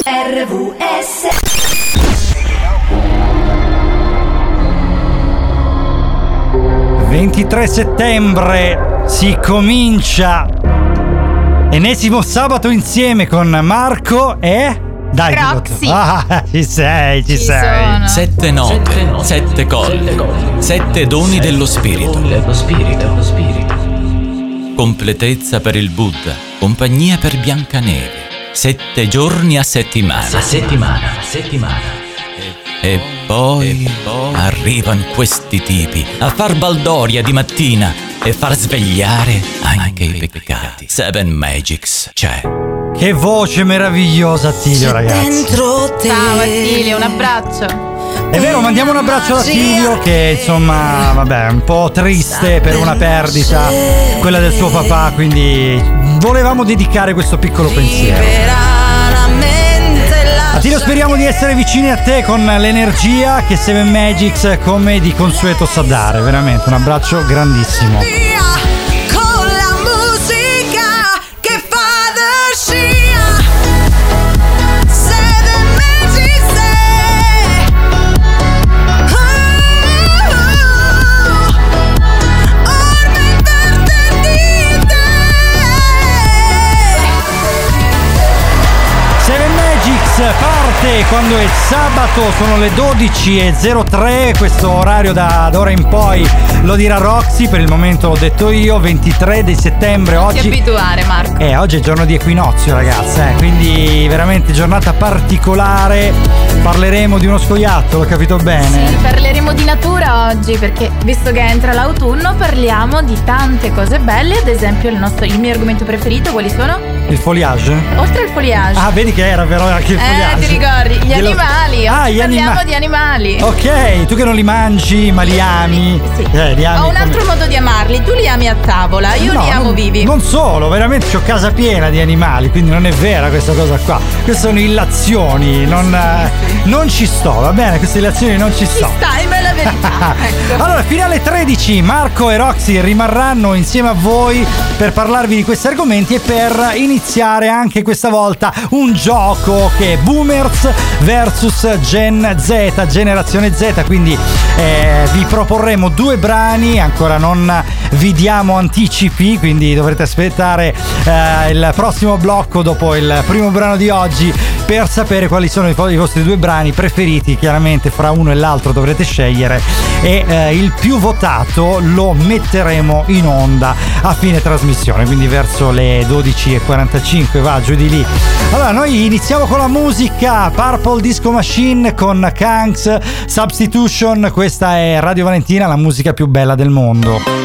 RVS 23 settembre si comincia. Ennesimo sabato insieme con Marco e... Dai, Roxy. Ci sei. Sono. 7 note, 7 colle, 7 doni dello spirito. Completezza per il Buddha, compagnia per Biancaneve. 7 giorni a settimana. E poi arrivano questi tipi a far baldoria di mattina e far svegliare anche i peccati. 7 Magics c'è. Che voce meravigliosa, Attilio, ragazzi. Ciao Attilio, un abbraccio. È vero, mandiamo un abbraccio ad Attilio che insomma, vabbè, è un po' triste per una perdita, quella del suo papà, quindi volevamo dedicare questo piccolo pensiero. Attilio, speriamo di essere vicini a te con l'energia che 7 Magics come di consueto sa dare, veramente un abbraccio grandissimo. Con la musica che fa da scia, 7 Magics, ormai perdete. 7 Magics parte quando è sabato, sono le 12:03, questo orario da ora in poi lo dirà Roxy, per il momento l'ho detto io, 23 di settembre oggi. Ti abituare, Marco. Oggi è giorno di equinozio, ragazze, quindi veramente giornata particolare, parleremo di uno scoiattolo, capito bene? Sì, parleremo di natura oggi perché visto che entra l'autunno parliamo di tante cose belle, ad esempio il mio argomento preferito, quali sono? Il foliage? Oltre al foliage. Ah, vedi che era vero anche il foliage. Ti ricordi? Gli animali. Oggi gli parliamo di animali. Ok, tu che non li mangi, ma li ami. Sì. Li ami Ho un altro modo di amarli, tu li ami a tavola, io li amo vivi. Non solo, veramente ho casa piena di animali, quindi non è vera questa cosa qua. Queste sono illazioni, non ci sto, va bene? Queste illazioni non ci sto. Stai, ma è la verità. Ecco. Allora, fino alle 13 Marco e Roxy rimarranno insieme a voi per parlarvi di questi argomenti e per iniziare anche questa volta un gioco che è Boomers versus Gen Z, generazione Z, quindi vi proporremo 2 brani, ancora non vi diamo anticipi, quindi dovrete aspettare il prossimo blocco dopo il primo brano di oggi per sapere quali sono i vostri 2 brani preferiti. Chiaramente fra uno e l'altro dovrete scegliere e il più votato lo metteremo in onda a fine trasmissione, quindi verso le 12:45, va giù di lì. Allora noi iniziamo con la musica, Purple Disco Machine con Kanks, Substitution. Questa è Radio Valentina, la musica più bella del mondo.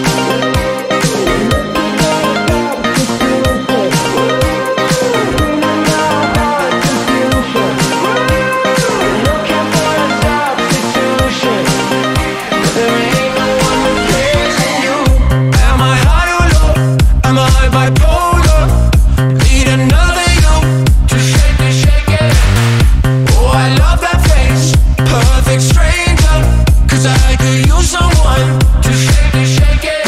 Stranger, 'cause I could use someone to shake it, shake it.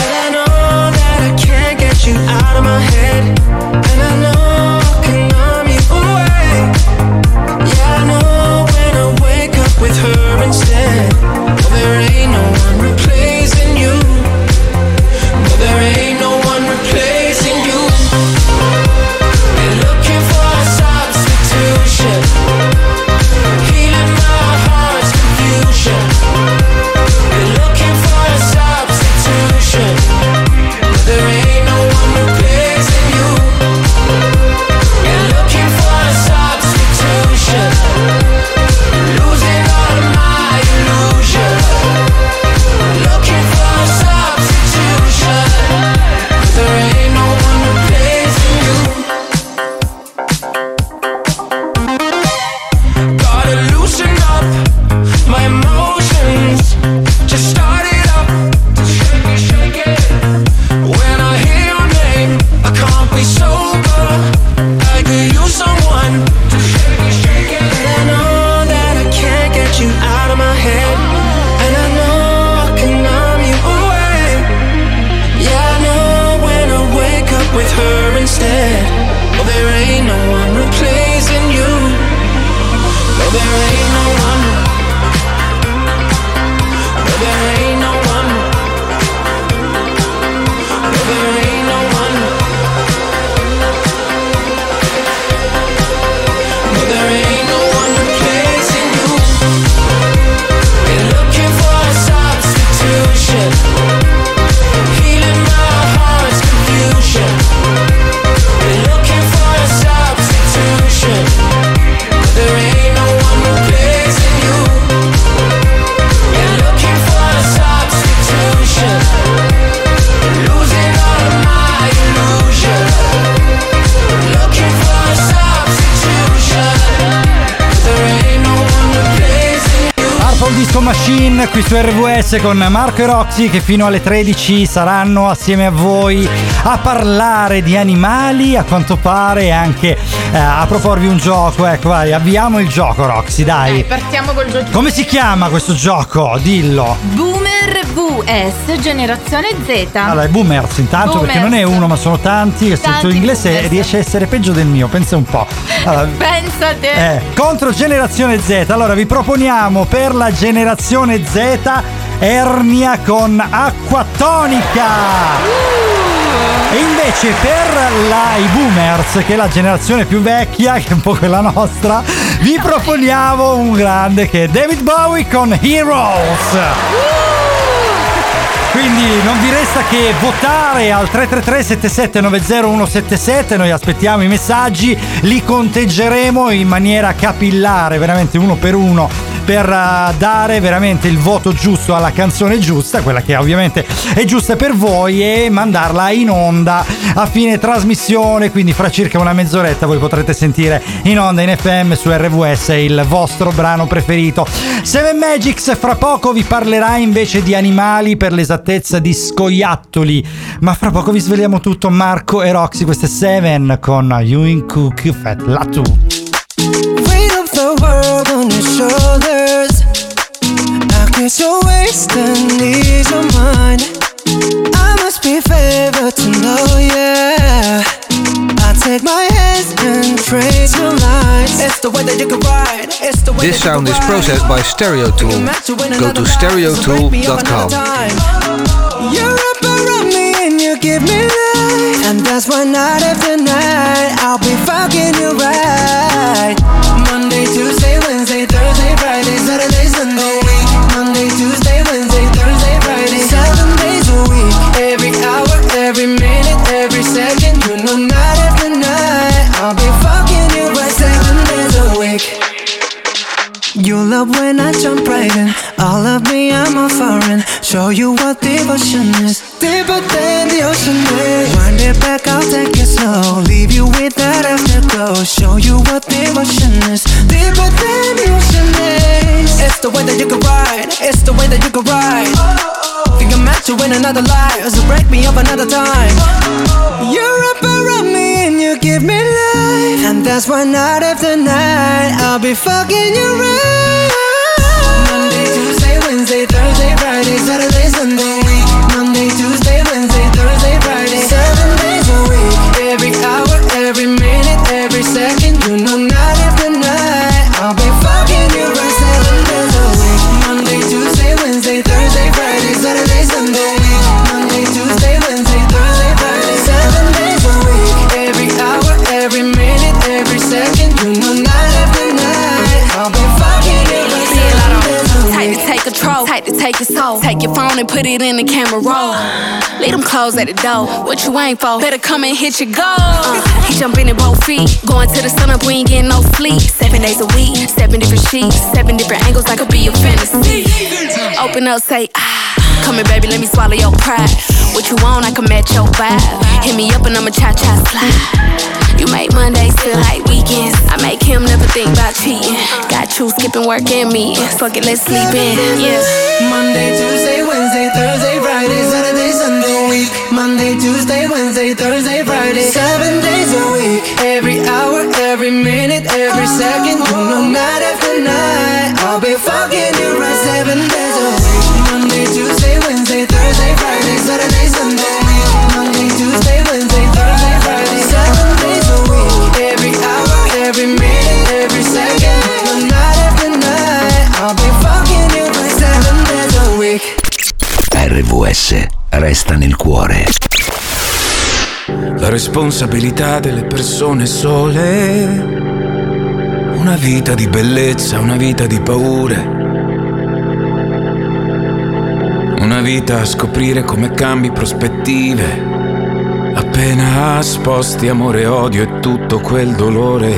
Machine qui su RVS con Marco e Roxy, che fino alle 13 saranno assieme a voi a parlare di animali, a quanto pare anche a proporvi un gioco. Ecco, vai, avviamo il gioco, Roxy, dai. Partiamo col gioco. Come si chiama questo gioco? Dillo. Boomer VS Generazione Z. Allora, è Boomers intanto, Boomers. perché non è uno ma sono tanti. Il tuo inglese Boomers. riesce a essere peggio del mio, pensa un po'. Allora, Pensate. contro Generazione Z. Allora vi proponiamo per la Generazione Z ernia con acqua tonica. E invece per i Boomers, che è la generazione più vecchia, che è un po' quella nostra, vi proponiamo un grande che è David Bowie con Heroes. Quindi non vi resta che votare al 333-7790177. Noi aspettiamo i messaggi, li conteggeremo in maniera capillare, veramente uno per uno, per dare veramente il voto giusto alla canzone giusta, quella che ovviamente è giusta per voi, e mandarla in onda a fine trasmissione. Quindi fra circa una mezz'oretta voi potrete sentire in onda in FM su RVS il vostro brano preferito. Seven Magics fra poco vi parlerà invece di animali, per l'esattezza di scoiattoli, ma fra poco vi sveliamo tutto. Marco e Roxy, queste Seven con Ewing Cook Fat Latu. Weight of the world on your shoulders. I guess you're wasting ease of mine. I must be favored to know, yeah. I take my hands and trace your lines. It's the way that you can ride. It's the way This sound is processed by Stereotool. Go to stereotool.com. You're up around me and you give me life, and that's why night after night I'll be fucking you right. Monday, Tuesday, Wednesday, Thursday, Friday, Saturday, Sunday. Monday, Tuesday, Wednesday, Thursday, Friday, 7 days a week. Every hour, every minute, every second. You know night after night I'll be fucking you right 7 days a week. You love when I jump right in. All of me, I'm a foreign. Show you what devotion is. Deeper than the ocean is. Wind it back, I'll take it slow. Leave you with that afterglow. Show you what devotion is. Deeper than the ocean is. It's the way that you can ride. It's the way that you can ride. Think I'm meant to win another life, so break me up another time. You're up around me and you give me life, and that's why night after night I'll be fucking you right. Monday, Tuesday, Wednesday, Thursday, Friday, Saturday, Sunday. Monday, Tuesday, Wednesday, Thursday, Friday, 7 days a week. Every hour, every minute, every second. You know night after night I'll be fucking you right 7 days a week. Monday, Tuesday, Wednesday, Thursday, Friday, Saturday, Sunday. Monday, Tuesday, Wednesday, Thursday, Friday, 7 days a week. Every hour, every minute, every second. You know night after night I'll be fucking you right 7 days a week. Tight to take control, tight to take your soul. Take your phone and put it in the camera roll. Leave them clothes at the door. What you ain't for? Better come and hit your goal. He jumping in both feet. Going to the sun up, we ain't getting no sleep. 7 days a week, 7 different sheets, 7 different angles, that could be your fantasy. Open up, say ah. Come here, baby, let me swallow your pride. What you want, I can match your vibe. Hit me up and I'ma cha-cha slide. You make Mondays feel like weekends. I make him never think about cheating. Got you skipping work and me. Fuck it, let's sleep in, yeah. Monday, Tuesday, Wednesday, Thursday, Friday, Saturday, Sunday. Week. Monday, Tuesday, Wednesday, Thursday, Friday, 7 days a week. Every hour, every minute, every second. You know night after night I'll be fucking you right 7 days a week. Monday, Tuesday, Wednesday, Thursday, Friday, Saturday, Sunday. Monday, Tuesday, Wednesday, Thursday, Friday, 7 days a week. Every hour, every minute, every second. You know night after night I'll be fucking you right 7 days a week. RVS resta nel cuore. La responsabilità delle persone sole. Una vita di bellezza, una vita di paure. Una vita a scoprire come cambi prospettive. Appena sposti amore, odio e tutto quel dolore.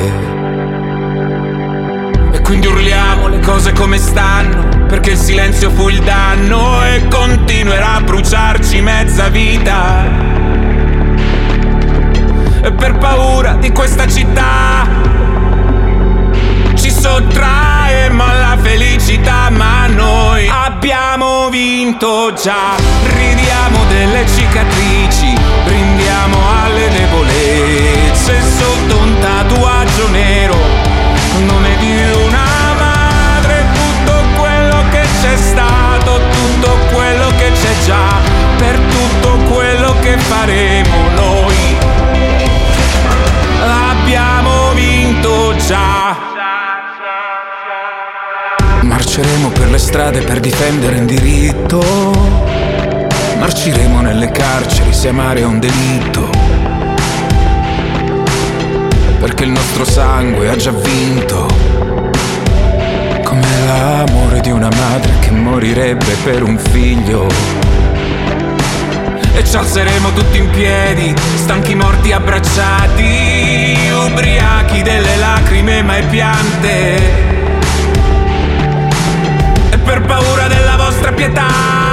E quindi urliamo le cose come stanno, perché il silenzio fu il danno e continuerà a bruciarci mezza vita. E per paura di questa città ci sottrae ma la felicità, ma noi vinto già. Ridiamo delle cicatrici, brindiamo alle debolezze sotto un tatuaggio nero, nome di una madre. Tutto quello che c'è stato, tutto quello che c'è già, per tutto quello che faremo noi. Abbiamo vinto già. Marceremo per le strade per difendere il diritto. Marciremo nelle carceri se amare è un delitto. Perché il nostro sangue ha già vinto. Come l'amore di una madre che morirebbe per un figlio. E ci alzeremo tutti in piedi, stanchi morti abbracciati, ubriachi delle lacrime mai piante. E per paura della vostra pietà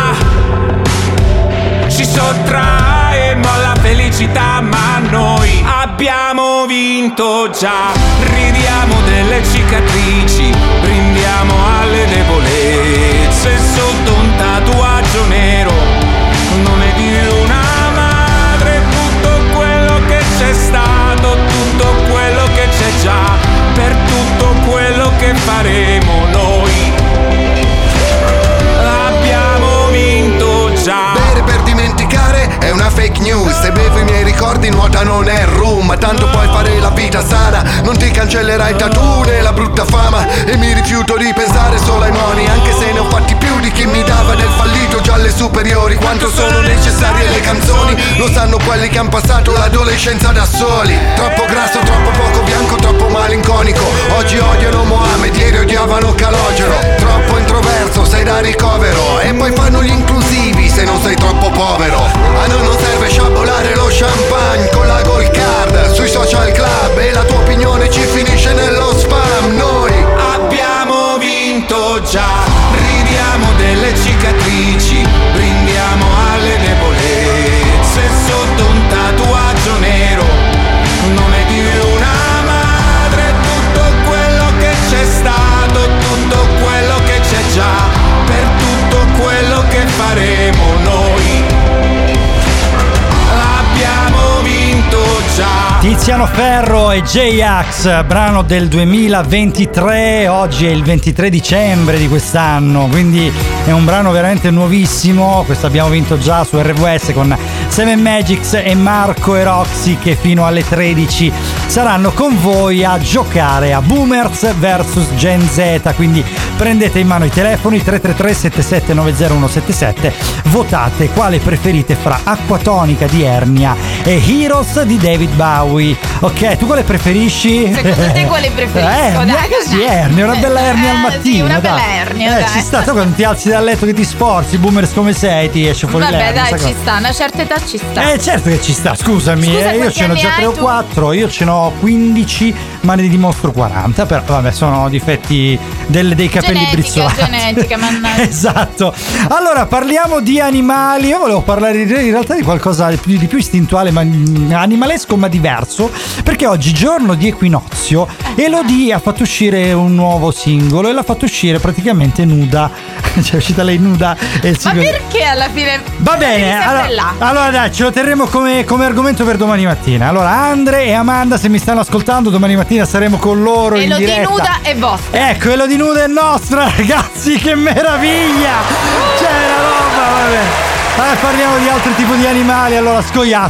ci sottraemo alla felicità, ma noi abbiamo vinto già. Ridiamo delle cicatrici, brindiamo alle debolezze sotto un tatuaggio nero, nome di una madre. Tutto quello che c'è stato, tutto quello che c'è già, per tutto quello che faremo noi. Abbiamo vinto già. Bere per dimenticare è una fake news. Se bevo i miei ricordi nuotano nel rum. Ma tanto puoi fare la vita sana, non ti cancellerai il tattoo né la brutta fama. E mi rifiuto di pensare solo ai moni, anche se ne ho fatti più di chi mi dava del fallito già alle superiori. Quanto sono necessarie le canzoni, lo sanno quelli che han passato l'adolescenza da soli. Troppo grasso, troppo poco bianco, troppo malinconico. Oggi odiano Mohamed, ieri odiavano Calogero. Troppo introverso, sei da ricovero. E poi fanno gli inclusivi se non sei troppo povero. A noi non serve sciabolare lo champagne con la gold card sui social club, e la tua opinione ci finisce nello spam. Noi abbiamo vinto già. Ridiamo delle cicatrici, brindiamo alle debolezze sotto un tatuaggio nero, nome di una madre. Tutto quello che c'è stato, tutto quello che c'è già, per tutto quello che faremo noi. Abbiamo vinto già. Tiziano Ferro e J-Ax, brano del 2023, oggi è il 23 dicembre di quest'anno, quindi è un brano veramente nuovissimo. Questo abbiamo vinto già su RVS con Seven Magics e Marco e Roxy, che fino alle 13 saranno con voi a giocare a Boomers vs Gen Z. Quindi prendete in mano i telefoni 333 7790 votate quale preferite fra Acquatonica di Ernia e Heroes di David Bowie. Ok, tu quale preferisci? Secondo te quale preferisco? Dai, così Ernia, una bella Ernia al mattino. Sì, una dai. bella Ernia, dai. Ci sta, tu quando ti alzi dal letto che ti sforzi, Boomers come sei, ti esce fuori Vabbè, l'Ernia. dai, ci sta, una certa età ci sta. Certo che ci sta, scusami, Scusa, io ce n'ho già 3 o 4, io ce n'ho 15, ma ne dimostro 40, però vabbè, sono difetti dei capelli brizzolati. Genetica, mannaggia. Esatto. Allora, parliamo di animali. Io volevo parlare in realtà di qualcosa di più istintuale, ma animalesco, ma diverso, perché oggi giorno di equinozio Elodie ha fatto uscire un nuovo singolo e l'ha fatto uscire praticamente nuda. Cioè è uscita lei nuda e il singolo. Ma perché alla fine? Va bene, allora dai, ce lo terremo come argomento per domani mattina. Allora, Andre e Amanda, se mi stanno ascoltando, domani mattina saremo con loro in diretta. Elodie nuda è vostra. Ecco, Elodie nuda è nostra, ragazzi, che meraviglia! C'è la roba, vabbè. Parliamo di altro tipo di animali. Allora,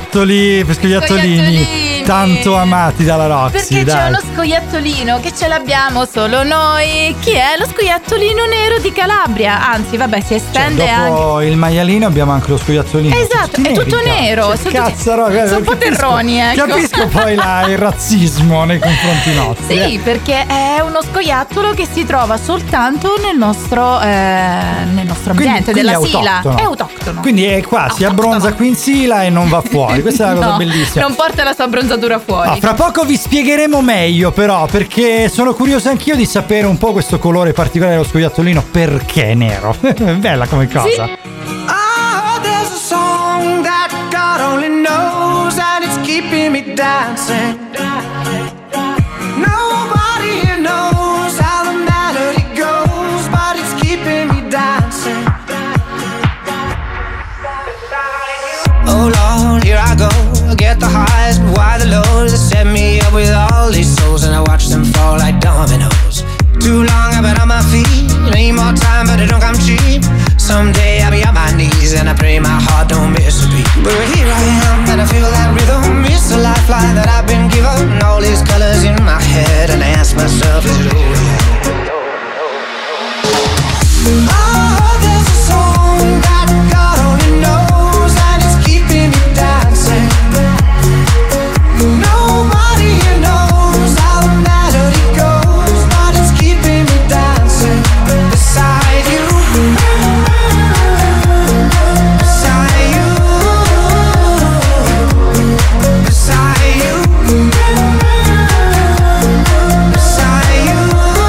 scoiattolini, tanto amati dalla Roxy. Perché dai. c'è uno scoiattolino che ce l'abbiamo solo noi. Chi è? Lo scoiattolino nero di Calabria. Anzi, vabbè, si estende dopo anche. il maialino abbiamo anche lo scoiattolino. Esatto, è tutto nero. Sono un po' terroni, ecco. Capisco poi il razzismo nei confronti nostri. Sì, perché è uno scoiattolo che si trova soltanto nel nostro ambiente, quindi della è Sila. autoctono. È autoctono. Quindi è qua, si abbronza qui in Sila e non va fuori. Questa è una cosa No, bellissima. non porta la sua abbronzatura fuori. Fra poco vi spiegheremo meglio, però, perché sono curioso anch'io di sapere un po' questo colore particolare dello scoiattolino, perché è nero. È bella come cosa. Sì. Oh, there's a song that God only knows, and it's keeping me dancing. Nobody here knows how the melody goes, but it's keeping me dancing. but it don't come cheap. Someday I'll be on my knees and I pray my heart don't miss a beat. But here I am and I feel that rhythm. It's a lifeline that I've been given. All these colors in my head and I ask myself, is it over yet? Oh, there's a song that God only knows, and it's keeping me dancing. Nobody here knows how the melody goes, but it's keeping me dancing beside you, beside you, beside you, beside you.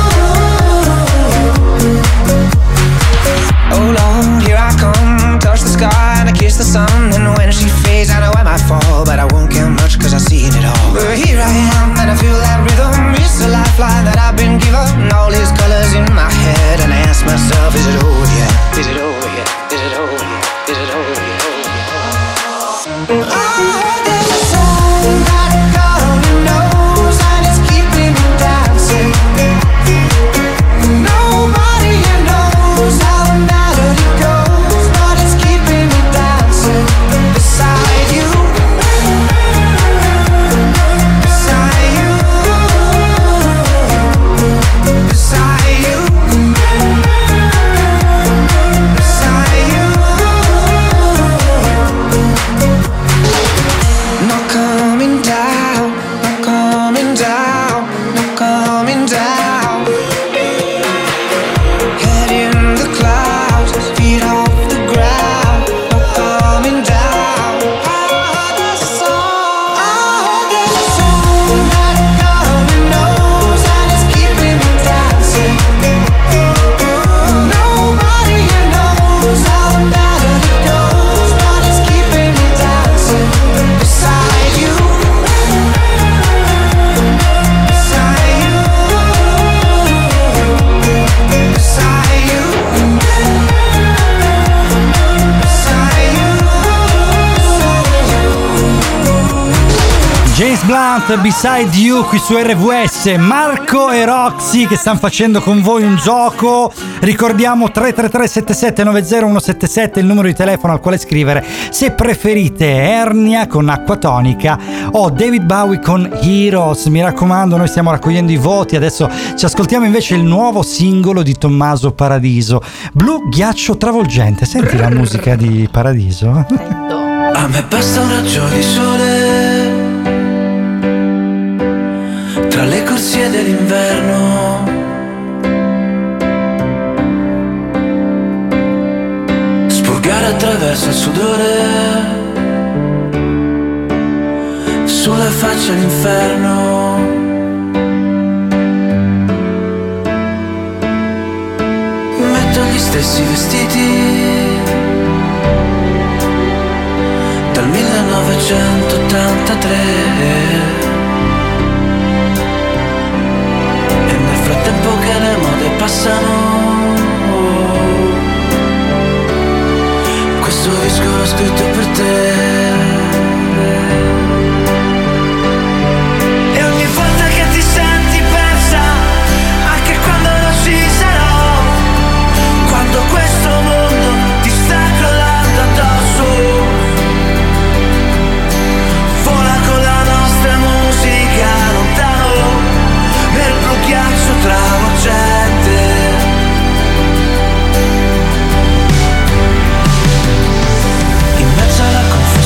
Oh Lord, here I come, touch the sky and I kiss the sun. And when she fades I know I might fall, but I won't care much cause I've seen it all. But here I am and I feel that rhythm. It's a lifeline that I've been given. All these colors in my head and I ask myself, is it over yet? Is it over yet? Is it over yet? Is it over yet? Oh, there's a song that God only knows, and it's keeping me dancing. Nobody here knows how the melody goes, but it's keeping me dancing beside you, beside you, beside you, beside you. Not coming down, not coming down, not coming down. Head in the clouds, feet off the ground, not coming down. Oh, there's a song that God only knows, and it's keeping me dancing. Nobody here knows how the melody goes, but it's keeping me dancing beside you, beside you, beside you, James Blunt, Beside You, qui su RVS. Marco e Roxy che stanno facendo con voi un gioco. Ricordiamo 333-7790-177 il numero di telefono al quale scrivere se preferite Ernia con Acquatonica o David Bowie con Heroes. Mi raccomando, noi stiamo raccogliendo i voti. Adesso ci ascoltiamo invece il nuovo singolo di Tommaso Paradiso, Blu Ghiaccio Travolgente. Senti la musica di Paradiso? A me basta un raggio di sole tra le corsie dell'inverno, spurgare attraverso il sudore sulla faccia l'inferno. Metto gli stessi vestiti dal 1983 e nel frattempo che le mode passano, questo disco l'ho scritto per te. E ogni volta che ti senti persa, anche quando non ci sarò, quando questo mondo ti sta crollando addosso, vola con la nostra musica lontano nel blu ghiaccio travolgente. In mezzo alla confusione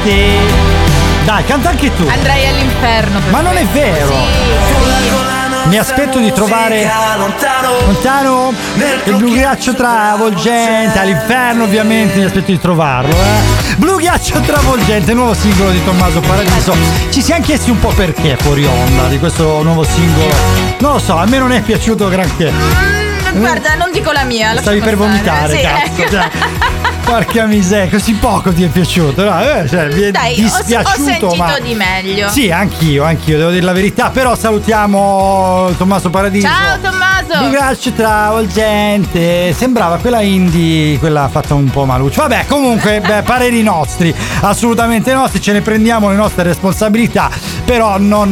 Sì. Dai, canta anche tu. Andrei all'inferno. Ma non è vero. Mi aspetto di trovare lontano il blu ghiaccio travolgente. All'inferno ovviamente mi aspetto di trovarlo, Blu ghiaccio travolgente, nuovo singolo di Tommaso Paradiso. Ci siamo chiesti un po' perché fuori onda di questo nuovo singolo. Non lo so, a me non è piaciuto granché. Guarda, non dico la mia. Stavi per vomitare, sì, cazzo, cioè. Porca miseria, così poco ti è piaciuto, no? Cioè, mi è dispiaciuto, ho sentito ma di meglio. Sì, anch'io, devo dire la verità. Però salutiamo Tommaso Paradiso. Ciao Tommaso. Un braccio travolgente. Sembrava quella indie, quella fatta un po' maluccio. Vabbè, comunque, pareri nostri, assolutamente nostri. Ce ne prendiamo le nostre responsabilità. Però non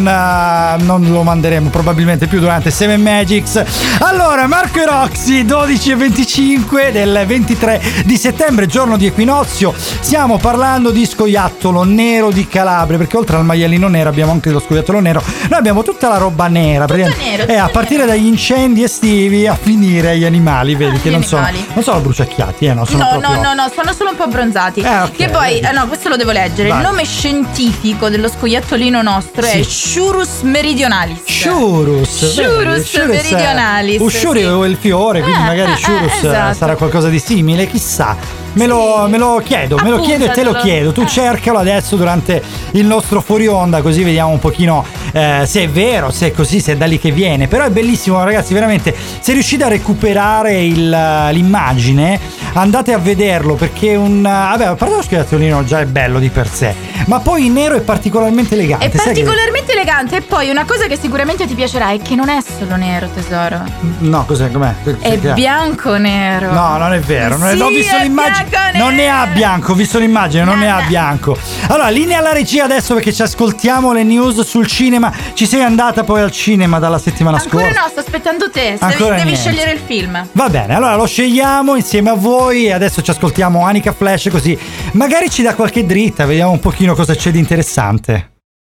lo manderemo probabilmente più durante 7 Magics. Allora, Marco e Roxy, 12 e 25 del 23 di settembre, giorno di equinozio. Stiamo parlando di scoiattolo nero di Calabria, perché oltre al maialino nero abbiamo anche lo scoiattolo nero. Noi abbiamo tutta la roba nera, a partire dagli incendi estivi a finire gli animali, vedi che non sono bruciacchiati, no, sono solo un po' abbronzati. Okay, che poi no, questo lo devo leggere. Vai. Il nome scientifico dello scoiattolino nostro è Sciurus meridionalis. Sciurus meridionalis. Usciuri è il fiore, quindi magari Sciurus esatto. sarà qualcosa di simile, chissà. Me lo chiedo e te lo chiedo. Tu cercalo adesso durante il nostro fuori onda, così vediamo un pochino se è vero, se è così, se è da lì che viene. Però è bellissimo, ragazzi, veramente. Se riuscite a recuperare l'immagine, andate a vederlo, perché a parte lo scoiattolino già è bello di per sé, ma poi in nero è particolarmente elegante. È particolarmente elegante. E poi una cosa che sicuramente ti piacerà è che non è solo nero, tesoro. No, cos'è? Com'è? È bianco-nero. No, non è vero. Sì, ho visto l'immagine. Non ne ha bianco, ho visto l'immagine, non ne ha bianco. Allora, linea alla regia adesso, perché ci ascoltiamo le news sul cinema. Ci sei andata poi al cinema dalla settimana scorsa? Ancora no, sto aspettando te. Devi scegliere il film. Va bene, allora lo scegliamo insieme a voi. E adesso ci ascoltiamo Anica Flash, così magari ci dà qualche dritta. Vediamo un pochino cosa c'è di interessante.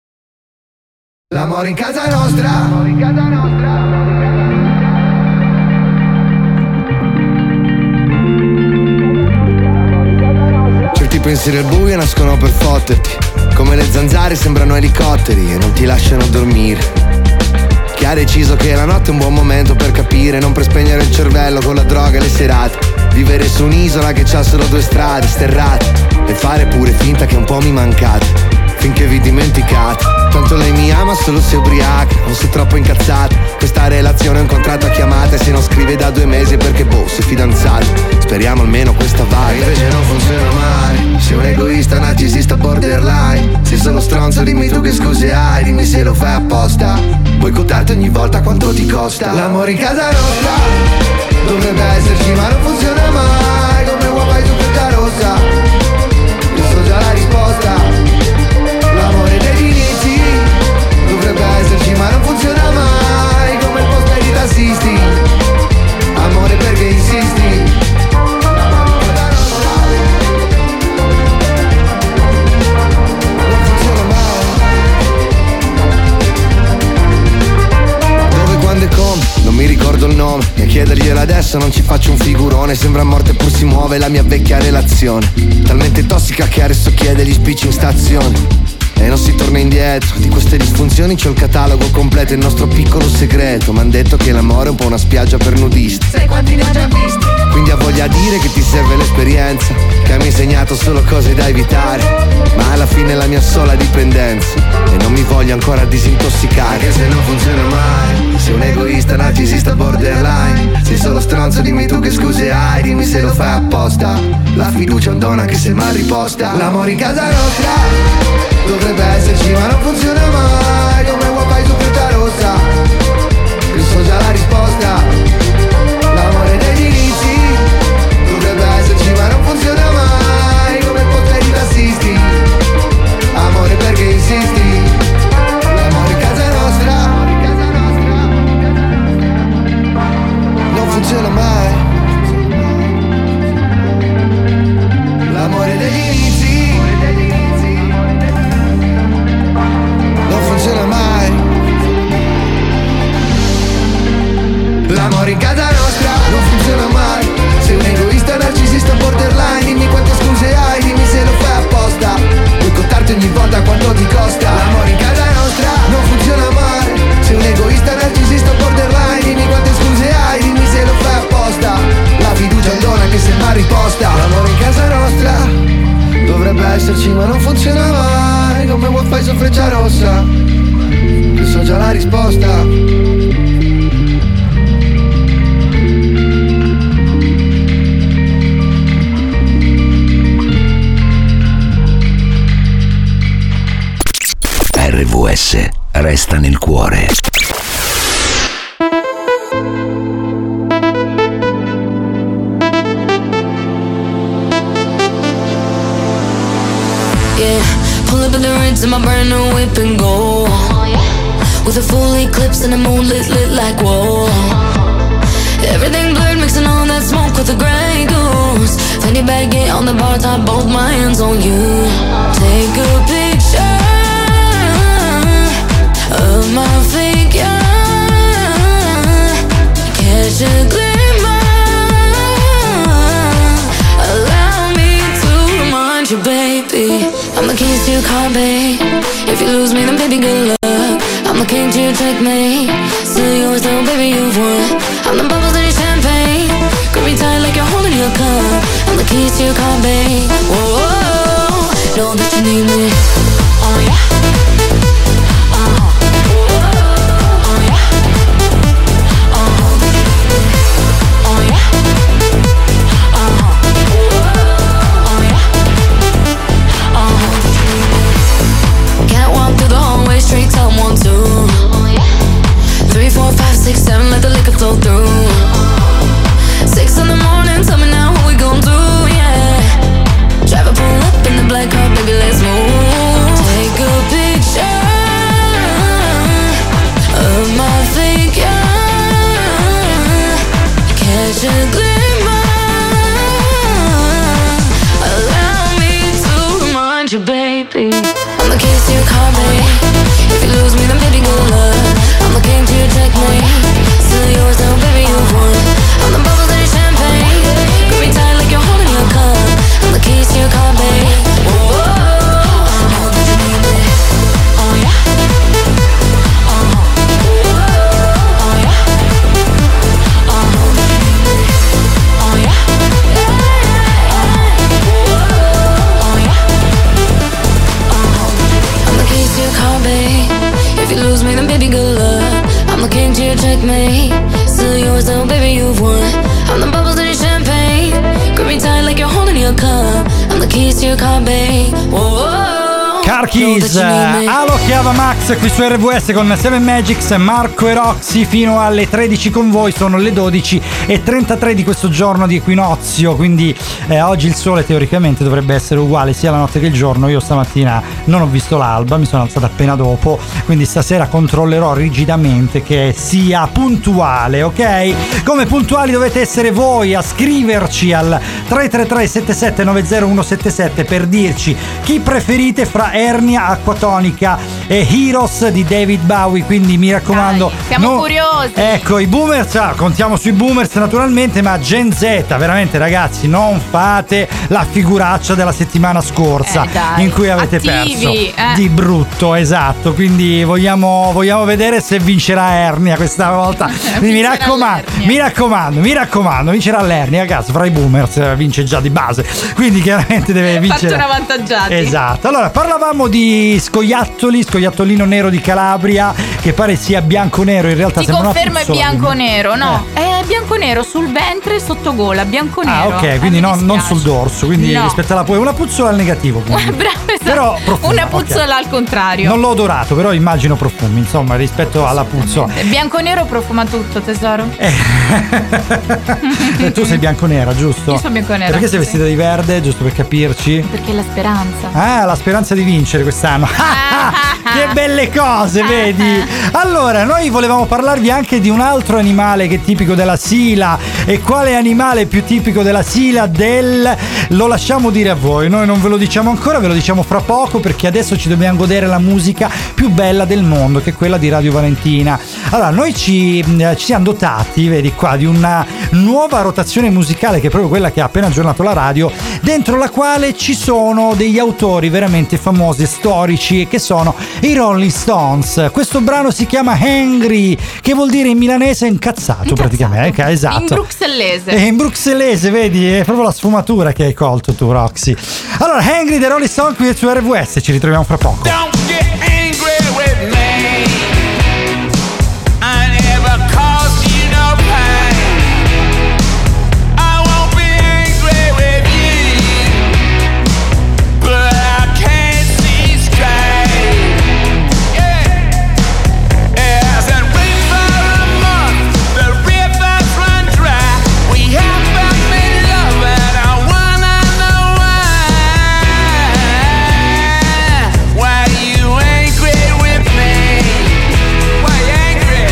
L'amore in casa nostra, l'amore in casa nostra. Certi pensieri al buio nascono per fotterti, come le zanzare sembrano elicotteri e non ti lasciano dormire. Chi ha deciso che la notte è un buon momento per capire, non per spegnere il cervello con la droga e le serate. Vivere su un'isola che c'ha solo 2 strade sterrate e fare pure finta che un po' mi mancate, finché vi dimenticate. Tanto lei mi ama solo se ubriaca, non sei troppo incazzata. Questa relazione è un contratto a chiamate, se non scrive da 2 mesi è perché sei fidanzato. Speriamo almeno questa vaga. Invece non funziona mai, sei un egoista, narcisista borderline. Sei solo stronzo, dimmi tu che scuse hai, dimmi se lo fai apposta. Boicottarti ogni volta quanto ti costa. L'amore in casa nostra dovrebbe esserci ma non funziona mai. Come uova su questa rossa, io so già la risposta. L'amore degli inizi dovrebbe esserci ma non funziona mai. Come il posto dei tassisti, amore perché insisti. Non funziona mai. Dove, quando e come, non mi ricordo il nome. E a chiederglielo adesso non ci faccio un figurone. Sembra morte pur si muove la mia vecchia relazione, talmente tossica che adesso chiede gli spicci in stazione. E non si torna indietro, di queste disfunzioni c'ho il catalogo completo, il nostro piccolo segreto. M'han detto che l'amore è un po' una spiaggia per nudisti. Sai quanti ne ho già visti? Quindi ha voglia dire che ti serve l'esperienza, che mi ha insegnato solo cose da evitare, ma alla fine è la mia sola dipendenza e non mi voglio ancora disintossicare. Anche se non funziona mai, sei un egoista, narcisista borderline. Sei solo stronzo, dimmi tu che scuse hai, dimmi se lo fai apposta. La fiducia è un dono anche se mal riposta. L'amore in casa nostra dovrebbe esserci ma non funziona mai. Come wifi su frutta rossa, io so già la risposta. L'amore degli inizi dovrebbe esserci ma non funziona mai. Come il potere di tassisti, amore perché insisti. L'amore in casa nostra non funziona mai. L'amore degli inizi non funziona mai. provarci ma non funziona mai. Come wifi su freccia rossa, io so già la risposta. RVS resta nel cuore. Pull up in the Ritz in my brand new whip and go. With a full eclipse and the moon lit like whoa. Everything blurred, mixing all that smoke with the Grey Goose. Fanny baggy on the bar top, both my hands on you. Take a picture of my figure. Catch a glimmer. Allow me to remind you, baby, I'm the keys to your car, babe. If you lose me, then baby, good luck. I'm the king to your checkmate. Still yours though, baby, you've won. I'm the bubbles in your champagne. Grip me tight like you're holding your cup. I'm the keys to your car, babe. Whoa, whoa, know that you need me. Oh yeah. Straight up 1, 2, 3, 4, 5, 6, 7, let the liquor flow through. 6 in the morning, tell me now what we gon' do, yeah. Drive a pull up in the black car, baby, let's move. Take a picture of my figure. Catch a glimmer. Allow me to remind you, baby, I'm the keys to your car, baby. If you lose me, then baby, good luck. I'm the king to your checkmate. Still yours though, baby, you've won. I'm the bubbles in your champagne. Grip me tight like you're holding your cup. I'm the keys to your car, babe. Whoa, I know that you need me. Oh yeah. Oh yeah. I know that you need me. Oh yeah. Oh yeah. I'm the keys to your car, babe. If you lose me, then baby, good luck. I'm the king to your checkmate. Still yours though, baby, you've won. I'm the bubbles in your champagne. Grip me tight like you're holding your cup. I'm the keys to your car, babe. Whoa. Car Keys, Alo Chiava Max qui su RVS con 7 Magics, Marco e Roxy fino alle 13 con voi. Sono le 12:33 di questo giorno di equinozio, quindi oggi il sole teoricamente dovrebbe essere uguale sia la notte che il giorno. Io stamattina non ho visto l'alba, mi sono alzata appena dopo, quindi stasera controllerò rigidamente che sia puntuale, ok? Come puntuali dovete essere voi a scriverci al 333 77 90 177 per dirci chi preferite fra Ernia Acquatonica e Heroes di David Bowie, quindi mi raccomando. Dai, siamo curiosi. Ecco, i boomers, contiamo sui boomers naturalmente, ma Gen Z, veramente ragazzi, non fate la figuraccia della settimana scorsa in cui avete perso di brutto, esatto, quindi vogliamo vedere se vincerà Ernia questa volta. mi raccomando, vincerà l'Ernia, cazzo, fra i boomers vince già di base, quindi chiaramente deve vincere. Fatto avvantaggiati. Esatto. Allora, parlavamo di scoiattolino nero di Calabria, che pare sia bianco-nero, in realtà ti sembra confermo è bianco-nero, no? È bianco-nero sul ventre e sottogola, bianco-nero. Ah, ok, quindi non sul dorso, quindi rispetto alla una puzzola al negativo. Bravo, esatto. Però profuma, una puzzola al contrario. Non l'ho odorato, però immagino profumi, insomma, rispetto alla puzzola. Bianco-nero profuma tutto, tesoro. Tu sei bianco-nera, giusto? Io sono bianco-nera. Perché sei vestita di verde, giusto per capirci? Perché è la speranza. Ah, la speranza di vincere quest'anno. Che belle cose, vedi? Allora, noi volevamo parlarvi anche di un altro animale che è tipico della Sila. E quale animale più tipico della Sila lo lasciamo dire a voi. Noi non ve lo diciamo ancora, ve lo diciamo fra poco, perché adesso ci dobbiamo godere la musica più bella del mondo, che è quella di Radio Valentina. Allora, noi ci siamo dotati, vedi qua, di una nuova rotazione musicale, che è proprio quella che ha appena aggiornato la radio, dentro la quale ci sono degli autori veramente famosi e storici, che sono i Rolling Stones. Questo brano si chiama Angry, che vuol dire in milanese incazzato praticamente, esatto. bruxellese. E in bruxellese, vedi, è proprio la sfumatura che hai colto tu, Roxy. Allora, Angry dei Rolling Stone qui su RWS, ci ritroviamo fra poco. Don't get angry with me. I never caused you no pain. I won't be angry with you, but I can't see straight. Yeah, as I wait for a month, the rivers run dry. We haven't made love, and I wanna know why. Why you angry with me? Why you angry?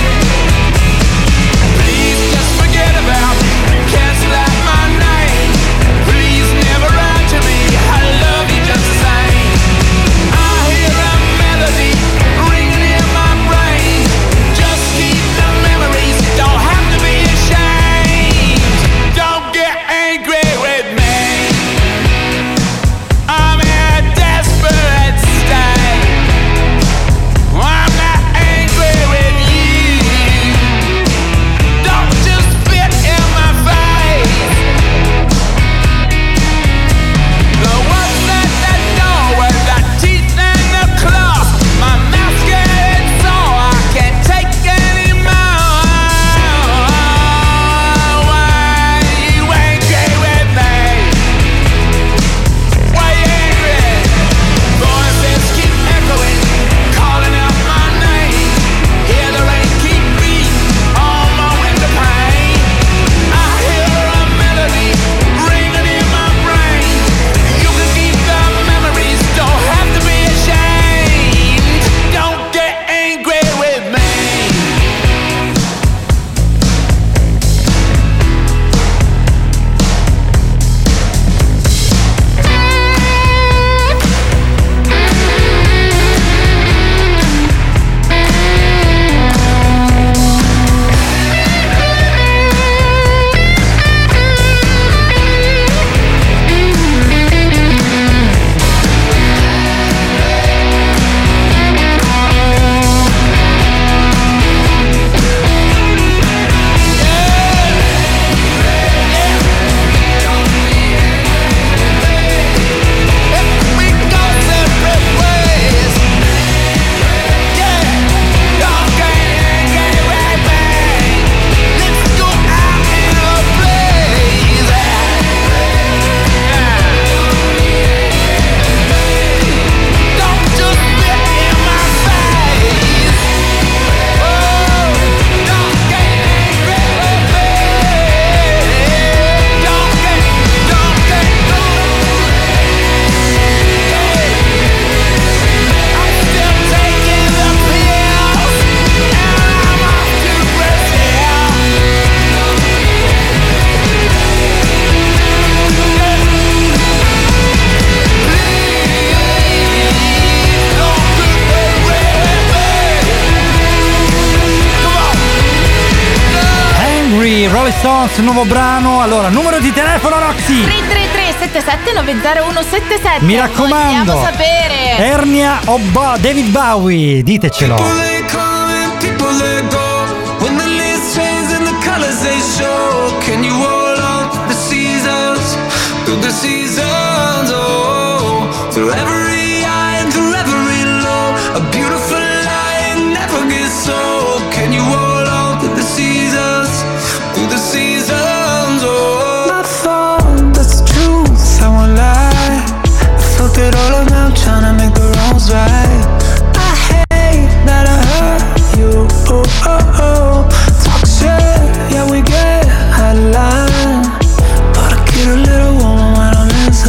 Please just forget about me. Cancel out my name. Please never write to me. I love you just the same. I hear a melody ringing in my brain. Just keep the memories. Don't have to be ashamed. Don't get angry with me. I'm in a desperate state. I'm not angry with you. Don't just spit in my face. The ones at the door with the teeth and the claws. My mouth's getting sore, I can't take anymore. Why you angry with me? Why you angry? Voices keep echoing, calling out my name. Hear the rain keep beating on my window pane. I hear a melody ringing in my brain. You can keep the memories, don't have to be ashamed. Don't get angry with me. We go separate ways. Yeah, don't get angry with me. Let's go out in a blaze. Don't just spit in my face. Oh, don't get angry with me. Don't get. I'm still taking the pills, and I'm off to Brazil. Please don't get angry with me. Angry, Rolling Stones, nuovo brano. Allora, numero di telefono, Roxy. 333-7790-177. Mi raccomando. Vogliamo sapere. Ernia o David Bowie, ditecelo. People they come and people they go. When the leaves change and the colors they show. Can you hold on to the seasons? Through the seasons, oh. Through every high and through every low. A beautiful lie never gets old. Can you hold on to the seasons? Through the seasons, oh. My fault, that's the truth, I won't lie. I fucked it all up now, trying to make the wrongs right. I hate that I hurt you, oh, oh, oh. Talk shit, yeah we get out of line. But I get a little warmer when I'm inside.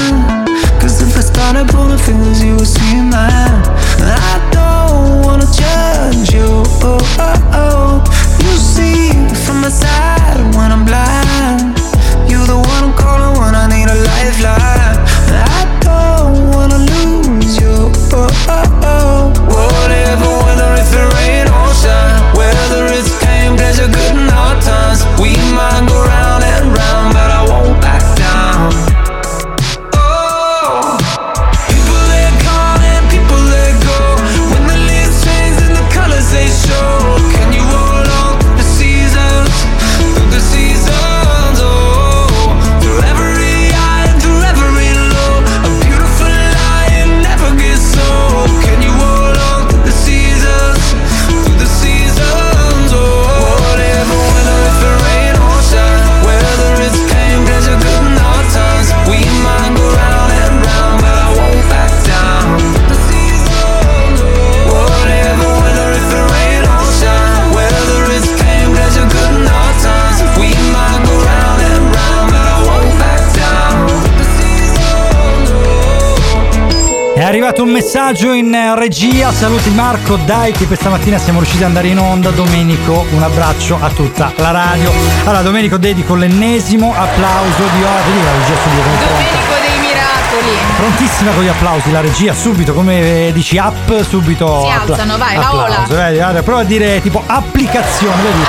Cause if I started pulling fingers, you would see mine. I don't wanna judge you. Oh, oh, oh. You see from my side when I'm blind. You're the one I'm calling when I need a lifeline. I don't wanna lose you. Oh, oh, oh. Whatever, whether it's the rain or shine, whether it's pain, pleasure, good and hard times, we might go round and round, but I won't back down. Oh, people let come and people let go. When the leaves change and the colors they show, can you hold on through the seasons? Through the seasons, oh, through every high and through every low. A beautiful lie, it never gets old. Can you hold on through the seasons? Through the seasons, oh, whatever, whether it's the rain or shine, whether it's pain, pleasure, good and hard times, we might go round and round, but I won't back down. The seasons, oh, whatever, whether it's the rain or shine, whether it's pain, pleasure, good and hard times, we might go round and round, but I won't back down. The seasons, oh. È arrivato un messaggio in regia, saluti Marco, dai che questa mattina siamo riusciti ad andare in onda. Domenico, un abbraccio a tutta la radio. Allora Domenico, dedico l'ennesimo applauso di oggi. La regia subito come pronta. Domenico dei miracoli. Prontissima con gli applausi, la regia subito, come dici up, subito Si alzano, vai, la applauso. ola. Vedi, guarda, prova a dire tipo applicazione, vedi?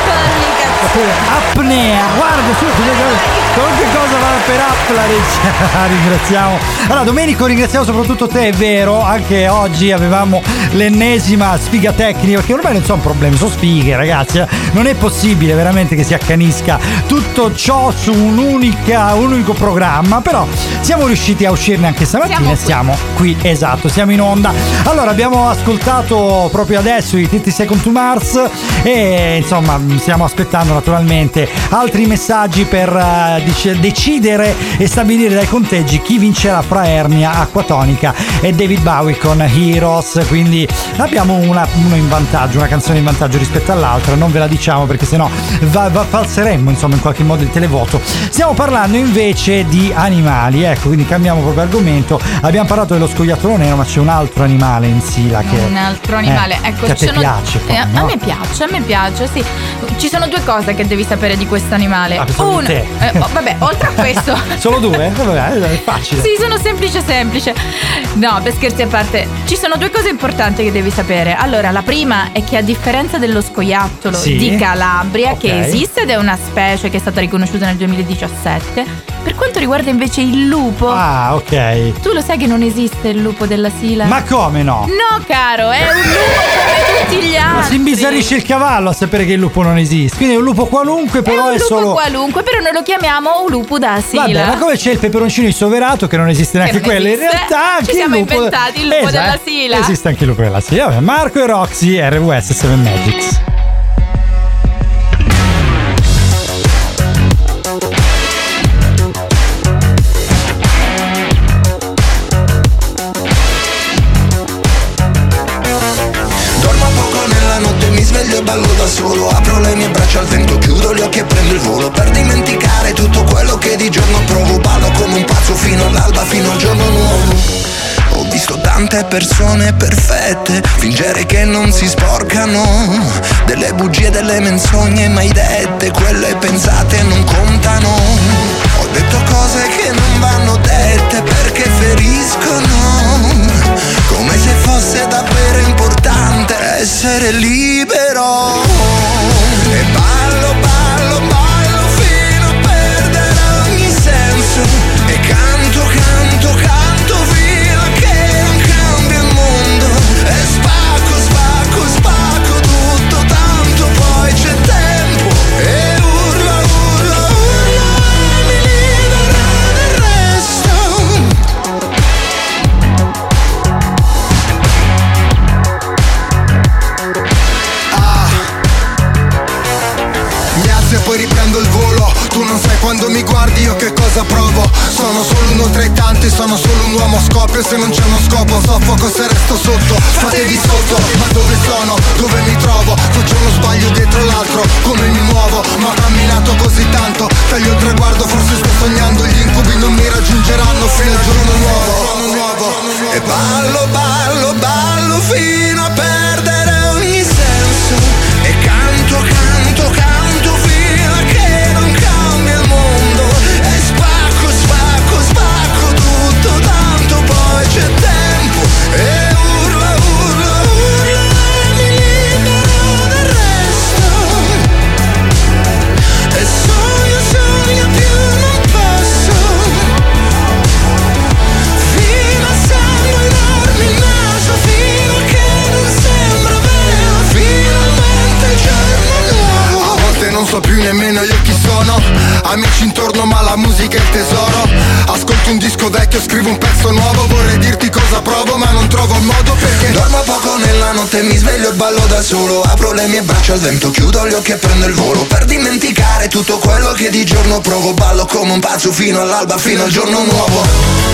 Apnea, guarda con che cosa va per app la regia. Ringraziamo. Allora Domenico, ringraziamo soprattutto te, è vero, anche oggi avevamo l'ennesima sfiga tecnica, perché ormai non sono problemi, sono sfighe ragazzi, non è possibile veramente che si accanisca tutto ciò su un unico programma, però siamo riusciti a uscirne anche stamattina e siamo qui, esatto, siamo in onda. Allora abbiamo ascoltato proprio adesso i 30 Seconds to Mars e insomma stiamo aspettando naturalmente altri messaggi per decidere e stabilire dai conteggi chi vincerà fra Ernia, Acquatonica e David Bowie con Heroes. Quindi abbiamo uno in vantaggio, una canzone in vantaggio rispetto all'altra, non ve la diciamo perché sennò falseremmo insomma in qualche modo il televoto. Stiamo parlando invece di animali, ecco, quindi cambiamo proprio argomento. Abbiamo parlato dello scoiattolo nero, ma c'è un altro animale in Sila che un altro animale, ecco, che a te piace poi, no? A me piace, sì. Ci sono due cose che devi sapere di questo animale. Uno, vabbè, oltre a questo. Solo due? Vabbè, è facile. Sì, sono semplice. No, per scherzi a parte, ci sono due cose importanti che devi sapere. Allora, la prima è che a differenza dello scoiattolo di Calabria, che esiste ed è una specie che è stata riconosciuta nel 2017, per quanto riguarda invece il lupo, tu lo sai che non esiste il lupo della Sila? Ma come no? No, caro, è un lupo come tutti gli altri. Ma si imbizzarisce il cavallo a sapere che il lupo non esiste. Quindi è un lupo qualunque, però è solo. Un lupo qualunque, però noi lo chiamiamo un lupo da Sila. Vabbè, ma come c'è il peperoncino insoverato che non esiste neanche quello? In realtà anche ci siamo il lupo inventati il lupo della Sila. Esiste anche il lupo della Sila. Vabbè, Marco e Roxy, RWS 7 Magics. E ballo da solo, apro le mie braccia al vento, chiudo gli occhi e prendo il volo per dimenticare tutto quello che di giorno provo. Ballo come un pazzo fino all'alba, fino al giorno nuovo. Ho visto tante persone perfette fingere che non si sporcano, delle bugie, delle menzogne mai dette, quelle pensate non contano. Ho detto cose che non vanno dette perché feriscono, come se fosse davvero importante essere libero. E ballo fino a perdere ogni senso, e canto fino a che non cambia il mondo. E spacco tutto, tanto poi c'è tempo. E urlo, mi libero del resto. un uomo scoppio, se non c'è uno scopo soffoco se resto sotto. Fatevi sotto, ma dove sono? Dove mi trovo? Faccio uno sbaglio dietro l'altro, come mi muovo? Ma ho camminato così tanto, taglio il traguardo, forse sto sognando. Gli incubi non mi raggiungeranno fino al giorno nuovo. E ballo, ballo, ballo fino a perdere ogni senso. E canto, canto, canto fino a che non cambia il mondo. E spacco, spacco, spacco tutto, tanto poi c'è tempo. E urla, urla, urla, mi libero del resto. E sogno, sogno più non posso. Fino a sangue enorme il naso, fino a che non sembra vero. Finalmente il giorno nuovo. A volte non so più nemmeno io chi sono. Amici intorno ma la musica è il tesoro. Ascolto un disco vecchio, scrivo un pezzo nuovo. Vorrei dirti cosa provo ma non trovo il modo perché dormo poco nella notte, mi sveglio e ballo da solo. Apro le mie braccia al vento, chiudo gli occhi e prendo il volo. Per dimenticare tutto quello che di giorno provo. Ballo come un pazzo fino all'alba, fino al giorno nuovo.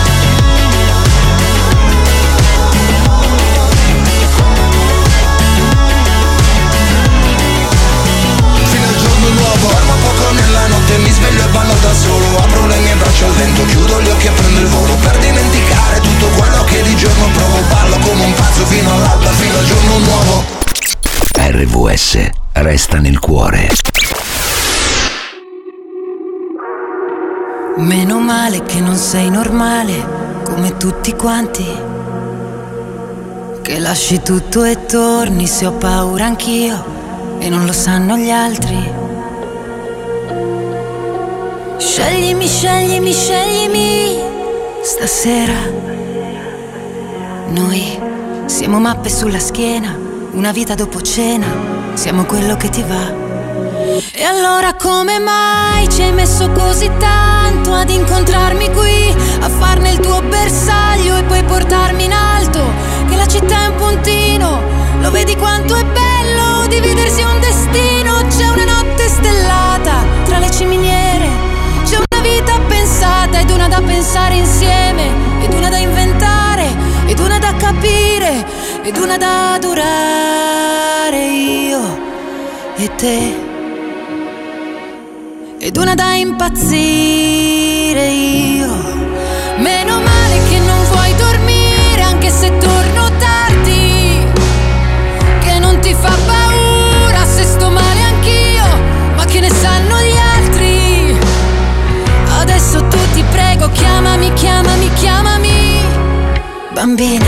Dormo poco nella notte, mi sveglio e ballo da solo. Apro le mie braccia al vento, chiudo gli occhi e prendo il volo. Per dimenticare tutto quello che di giorno provo. Ballo come un pazzo fino all'alba, fino al giorno nuovo. RVS resta nel cuore. Meno male che non sei normale come tutti quanti, che lasci tutto e torni se ho paura anch'io e non lo sanno gli altri. Sceglimi, sceglimi, sceglimi stasera. Noi siamo mappe sulla schiena, una vita dopo cena, siamo quello che ti va. E allora come mai ci hai messo così tanto ad incontrarmi qui, a farne il tuo bersaglio e poi portarmi in alto? Che la città è un puntino, lo vedi quanto è bello dividersi un destino. C'è una notte stellata tra le ciminiere, c'è una vita pensata ed una da pensare insieme, ed una da inventare, ed una da capire, ed una da durare io e te, ed una da impazzire io. Meno male che non vuoi dormire anche se torno tardi, che non ti fa paura se sto male anch'io, ma che ne sanno gli altri. Adesso tu ti prego, chiamami, chiamami, chiamami bambina.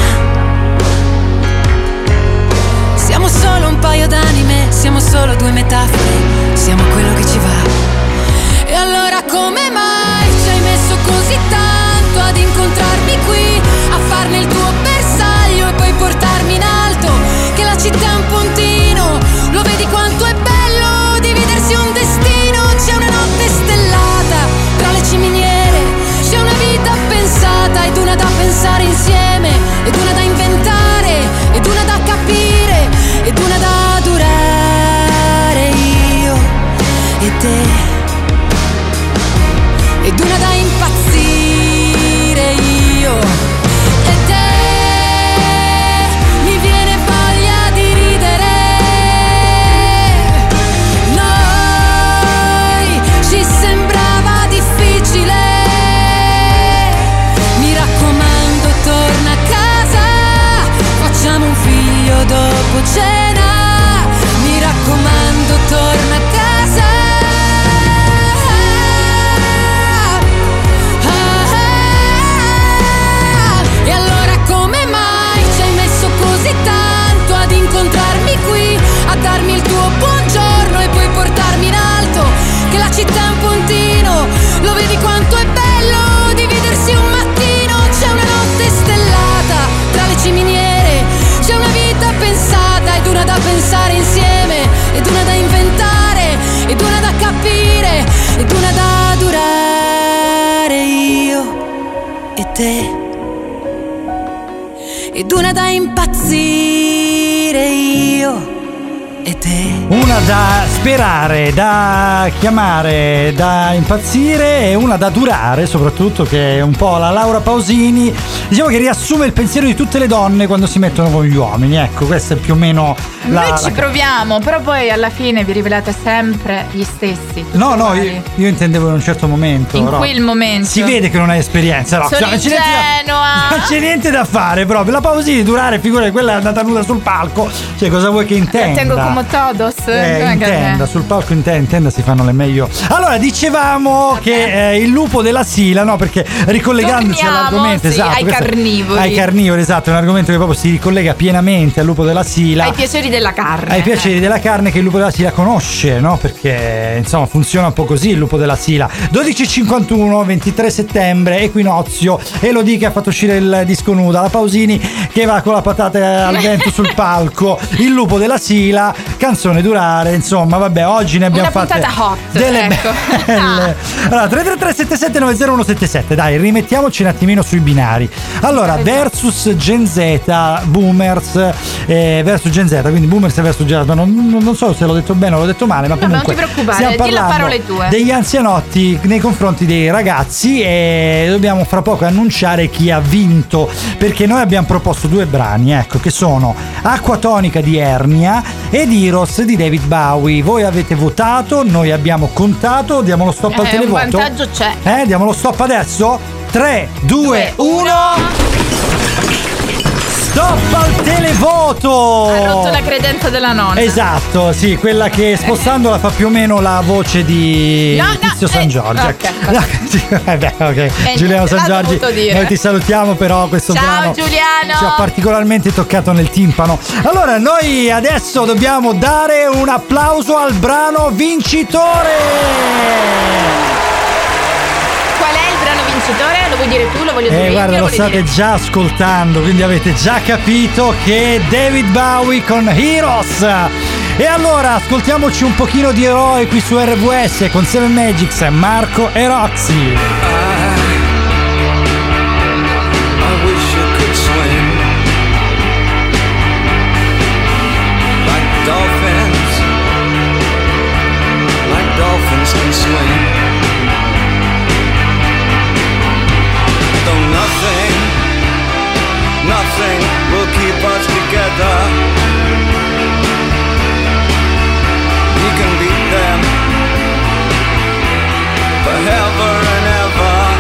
Siamo solo un paio d'anime, siamo solo due metafore, siamo quello che ci va. E allora come mai ci hai messo così tanto ad incontrarmi qui, a farne il tuo bersaglio e poi portarmi in alto? Che la città è un puntino, lo vedi quanto è bello dividersi un destino. C'è una notte stellata tra le ciminiere, c'è una vita pensata ed una da pensare insieme, ed una da inventare, ed una da capire, ed una da durare io e te, ed una da impazzire io e te. Mi viene voglia di ridere. Noi ci sembrava difficile. Mi raccomando, torna a casa, facciamo un figlio dopo cena. Mi raccomando, torna a casa. Tanto ad incontrarmi qui, a darmi il tuo buongiorno e poi portarmi in alto. Che la città è un puntino, lo vedi quanto è bello dividersi un mattino. C'è una notte stellata tra le ciminiere, c'è una vita pensata ed una da pensare insieme, ed una da inventare, ed una da capire, ed una da durare io e te, ed una da impazzire io e te. Una da sperare, da chiamare, da impazzire e una da durare, soprattutto, che è un po' la Laura Pausini, diciamo che riassume il pensiero di tutte le donne quando si mettono con gli uomini. Ecco, questa è più o meno Noi ci proviamo, però poi alla fine vi rivelate sempre gli stessi. No, io intendevo in un certo momento. In quel momento. Si vede che non hai esperienza, Rox. Sono ingenua. Non c'è niente da fare proprio. La Pausini durare, figura, quella è andata nuda sul palco. Cioè, cosa vuoi che intenda? Tengo come todos. Intenda, sul palco intenda si fanno le meglio. Allora, dicevamo che il lupo della Sila, no? Perché ricollegandoci all'argomento, esatto, ai carnivori. Ai carnivori, esatto, è un argomento che proprio si ricollega pienamente al lupo della Sila. Ai piaceri della carne. Ai piaceri della carne che il lupo della Sila conosce, no? Perché insomma funziona un po' così il lupo della Sila. 12:51, 23 settembre, equinozio. Elodie che ha fatto uscire il disco nuda, la Pausini che va con la patata al vento sul palco, il lupo della Sila, canzone durare, insomma, vabbè, oggi ne abbiamo fatte una puntata hot, delle belle. Allora, 333-7790-177, dai, rimettiamoci un attimino sui binari. Allora, versus Gen Z, boomers versus Gen Z, quindi boomers versus Gen Z, non so se l'ho detto bene o l'ho detto male, ma comunque non ti preoccupare, stiamo di la parlando parole tue. degli anzianotti nei confronti dei ragazzi e dobbiamo fra poco annunciare chi ha vinto, perché noi abbiamo proposto due brani, ecco, che sono Acqua tonica di Ernia ed Heroes di David Bowie. Voi avete votato, noi abbiamo contato, diamo lo stop al televoto. Un vantaggio c'è. Diamo lo stop adesso. 3, 2, 1. Stop al televoto! Ha rotto la credenza della nonna. Esatto, sì, quella che spostandola fa più o meno la voce di Tizio San Giorgio. Ok. Giuliano San Giorgi, noi ti salutiamo, però questo Ciao, brano Giuliano! ci ha particolarmente toccato nel timpano. Allora, noi adesso dobbiamo dare un applauso al brano vincitore! Qual è il brano vincitore? Lo vuoi dire tu? Lo voglio dire io? Guarda, lo state già ascoltando, quindi avete già capito che è David Bowie con Heroes. E allora ascoltiamoci un pochino di eroe qui su RVS con Seven Magics, Marco e Roxy. Can swing, though nothing will keep us together. We can beat them forever and ever.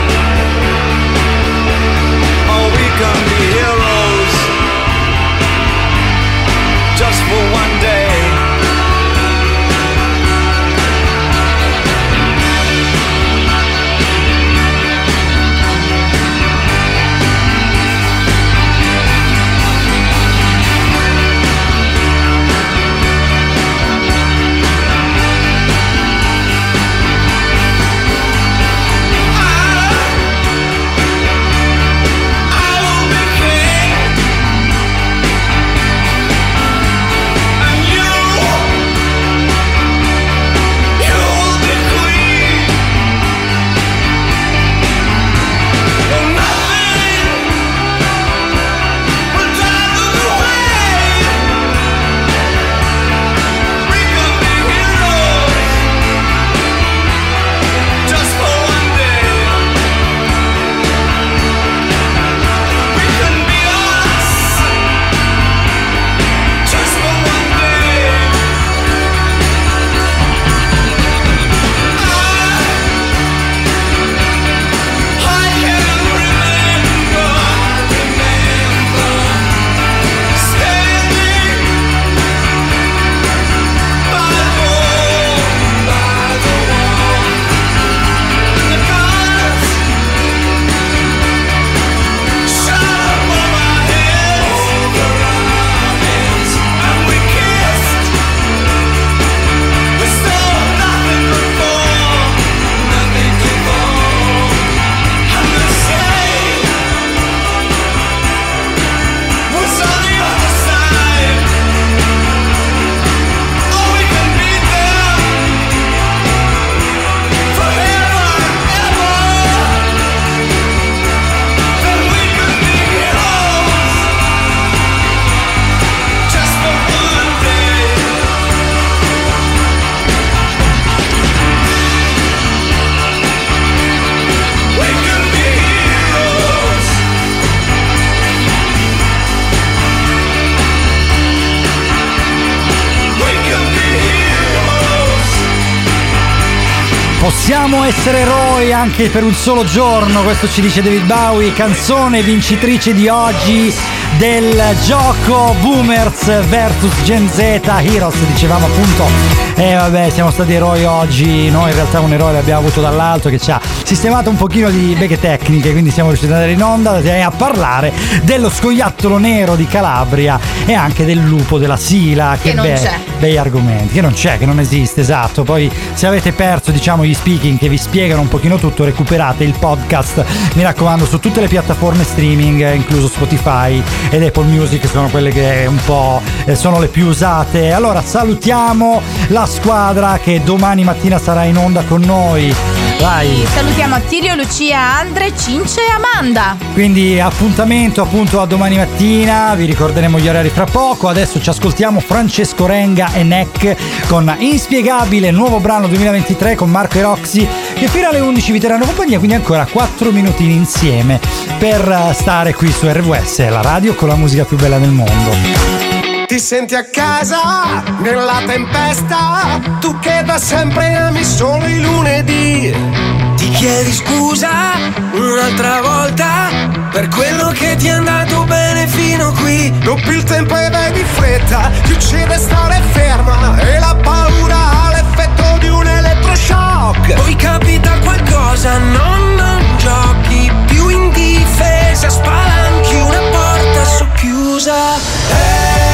Possiamo essere eroi anche per un solo giorno, questo ci dice David Bowie, canzone vincitrice di oggi del gioco Boomers vs Gen Z Heroes, dicevamo appunto. Vabbè, siamo stati eroi oggi, noi in realtà un eroe l'abbiamo avuto dall'alto che ci ha sistemato un pochino di beghe tecniche, quindi siamo riusciti ad andare in onda e a parlare dello scoiattolo nero di Calabria e anche del lupo della Sila, che non c'è. bei argomenti, che non c'è, che non esiste, esatto. Poi se avete perso, diciamo, gli speaking che vi spiegano un pochino tutto, recuperate il podcast, mi raccomando, su tutte le piattaforme streaming, incluso Spotify ed Apple Music, sono quelle che un po' sono le più usate. Allora salutiamo la squadra che domani mattina sarà in onda con noi. Vai. Salutiamo Attilio, Lucia, Andre, Cince e Amanda. Quindi appuntamento appunto a domani mattina, vi ricorderemo gli orari fra poco. Adesso ci ascoltiamo Francesco Renga e Neck con Inspiegabile, nuovo brano 2023 con Marco e Roxy, che fino alle 11 vi terranno compagnia, quindi ancora 4 minutini insieme per stare qui su RVS, la radio con la musica più bella del mondo. Ti senti a casa nella tempesta, tu che da sempre ami solo i lunedì. Ti chiedi scusa un'altra volta per quello che ti è andato bene fino qui. Doppi il tempo e vai di fretta, ti uccide stare ferma e la paura ha l'effetto di un elettroshock. Poi capita qualcosa, non giochi più in difesa, spalanchi una porta socchiusa.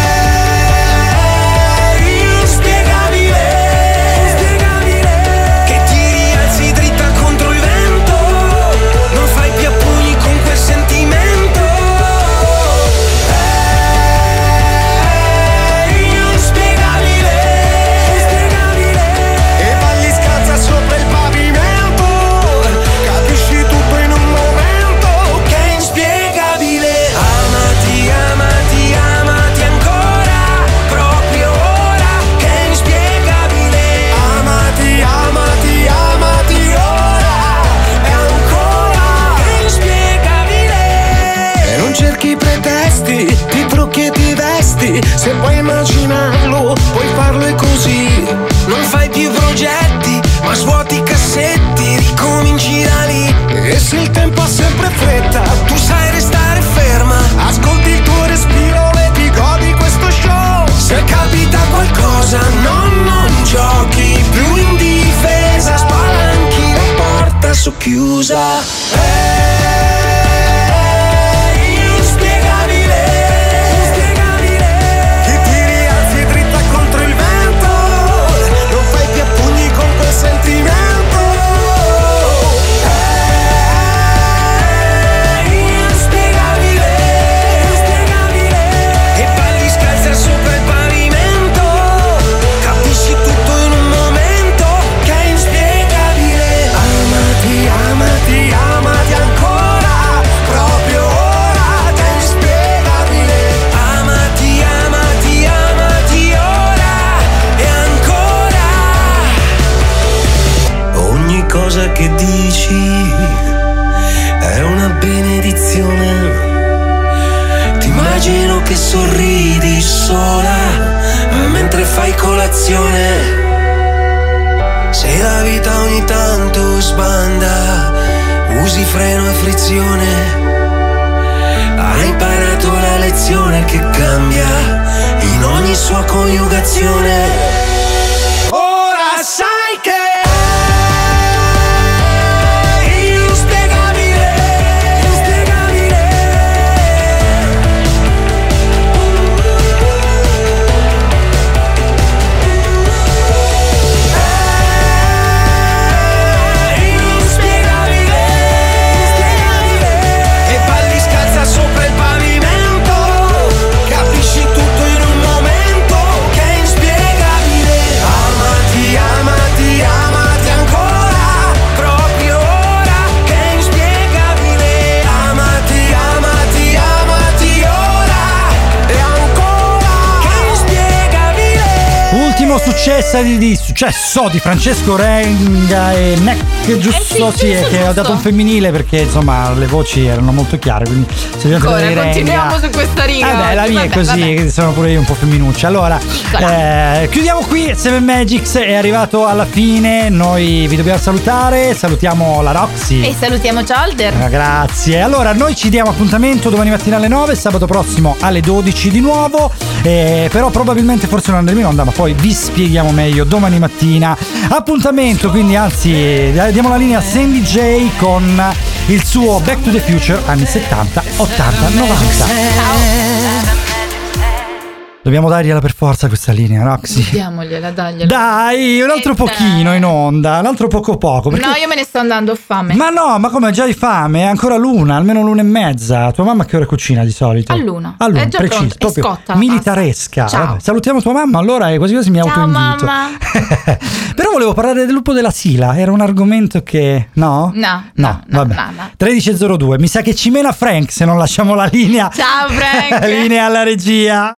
Ti trucchi e ti vesti, se puoi immaginarlo, puoi farlo e così. Non fai più progetti, ma svuoti i cassetti, ricominci da lì. E se il tempo ha sempre fretta, tu sai restare ferma, ascolti il tuo respiro e ti godi questo show. Se capita qualcosa, non giochi più in difesa, spalanchi la porta socchiusa. Cosa che dici è una benedizione. Ti immagino che sorridi sola mentre fai colazione. Se la vita ogni tanto sbanda, usi freno e frizione. Hai imparato la lezione che cambia in ogni sua coniugazione. Ora sai che successo di Francesco Renga e Neck, giusto? Sì, è che ho dato un femminile perché insomma le voci erano molto chiare, quindi se continuiamo su questa riga. La mia è così, sono pure io un po' femminuccia. Allora, chiudiamo qui. Seven Magics è arrivato alla fine. Noi vi dobbiamo salutare. Salutiamo la Roxy e salutiamo Cholder. Grazie. Allora, noi ci diamo appuntamento domani mattina alle 9, sabato prossimo alle 12 di nuovo. Però probabilmente forse non andremo in onda, ma poi vi spieghiamo meglio domani mattina. Appuntamento, quindi anzi diamo la linea a Sandy J con il suo Back to the Future anni 70, 80, 90. Ciao. Dobbiamo dargliela per forza questa linea, Roxy. Diamogliela, Dai, un altro pochino in onda, un altro poco. Perché... No, io me ne sto andando, ho fame. Ma no, ma come, già hai fame? È ancora l'una, almeno l'1:30. Tua mamma a che ora cucina di solito? All'una. È già preciso, pronto, proprio scotta, militaresca. Vabbè, salutiamo tua mamma allora e quasi mi autoinvito. Ciao mamma. Però volevo parlare del lupo della Sila, era un argomento che... No, vabbè. 13:02, mi sa che ci mena Frank se non lasciamo la linea. Ciao Frank. Linea alla regia.